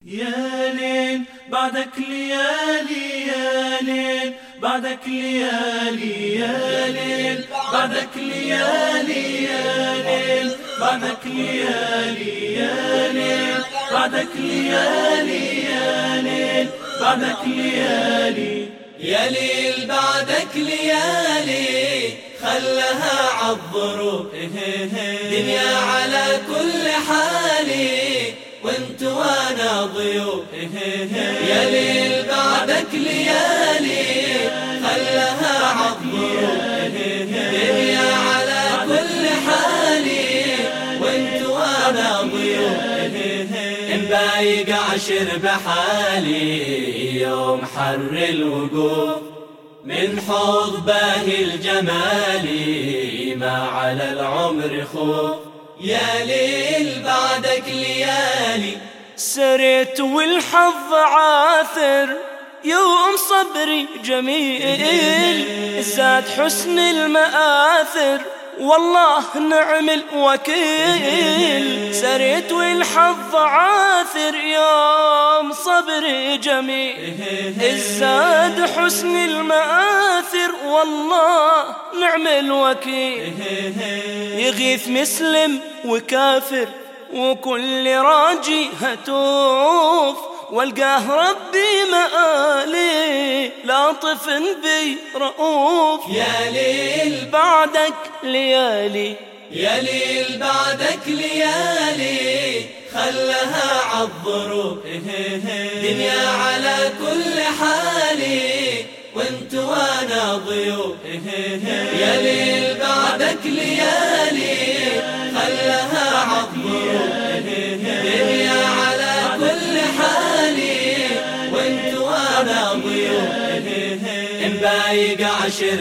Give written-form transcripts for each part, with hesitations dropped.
يا ليل بعدك ليالي، يا ليل بعدك ليالي، يا ليل بعدك ليالي، يا ليل بعدك ليالي، يا ليل بعدك ليالي، يا ليل بعدك ليالي، يا ليل بعدك ليالي خلها عالظروف دنيا على كل حالي وانت وانا ضيوف. يا ليل بعدك ليالي خلها عالظروف دنيا على كل حالي وانت وانا ضيوف. مبايق عشر بحالي يوم حر الوقوف من حوض باهي الجمال ما على العمر خوف. يا ليل بعدك ليالي سريت والحظ عاثر يوم صبري جميل زاد حسن المآثر والله نعم الوكيل. سريت والحظ عاثر يوم صبري جميل زاد حسن المآثر والله نعم الوكيل. يغيث مسلم وكافر وكل راجي هتوف والقاه ربي مآلي لاطف بي رؤوف. يا ليل بعدك ليالي، يا ليل بعدك ليالي خلها عالظروف دنيا على كل حالي وانت وانا ضيوف. يا ليل بعدك ليالي خلها عالظروف دنيا على كل حالي وانت وانا ضيوف. مبايق عشر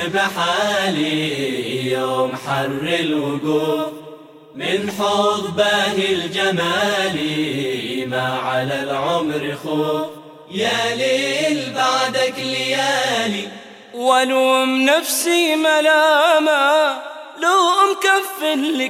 بحالي يوم حر الوقوف من حوض باهي الجمال ما على العمر خوف. يا ليل بعدك ليالي ولوم نفسي ملاما لوم كف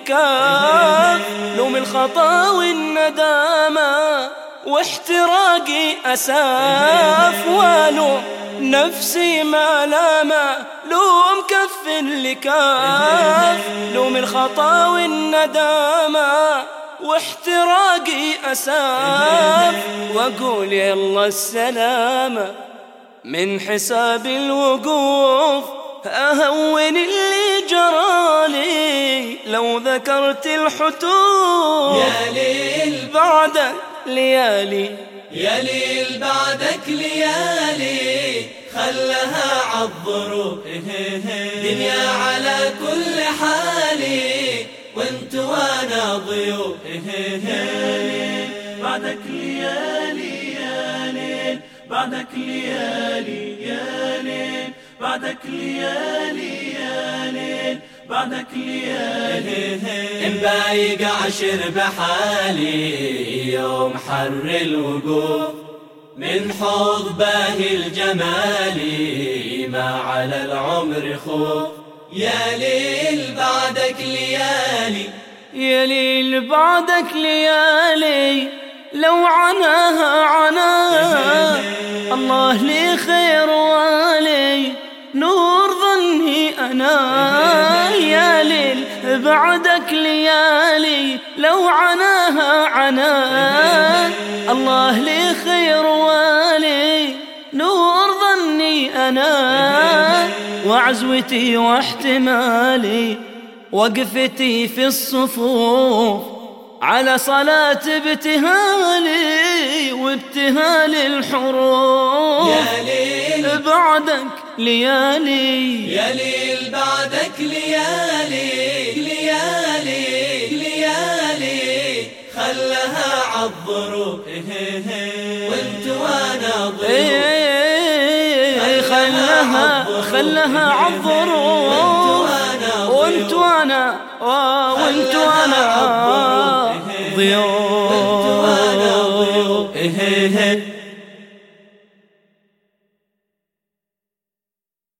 لكاف لوم الخطا والندامة واحتراقي أساف. ولوم نفسي ملاما لوم كف لكاف لوم الخطا والندامة واحتراقي أساف. وأقول يلا السلامة من حساب الوقوف أهون اللي جرالي لو ذكرت الحتوف. يا ليل بعدك ليالي، يا ليل بعدك ليالي خلها عالظروف دنيا على كل حالي وانت وانا ضيوف. يا ليل بعدك ليالي، يا ليل بعدك ليالي، يا ليل بعدك ليالي، يا ليل بعدك ليالي. مبايق عشر بحالي يوم حر الوقوف من حوض باهي الجمال ما على العمر خوف. يا ليل بعدك ليالي، يا ليل بعدك ليالي لو عناها عناها الله لي خير والي نور ظني أنا. يا ليل بعدك ليالي لو عناها عناها الله لي خير والي نور ظني أنا. وعزوتي واحتمالي وقفتي في الصفوف على صلاة ابتهالي وابتهال الحروف. يا ليل بعدك ليالي، يا ليل بعدك ليالي ليالي ليالي خلها عالظروف وانت وانا ضيوف. خلها عالظروف وانت وانا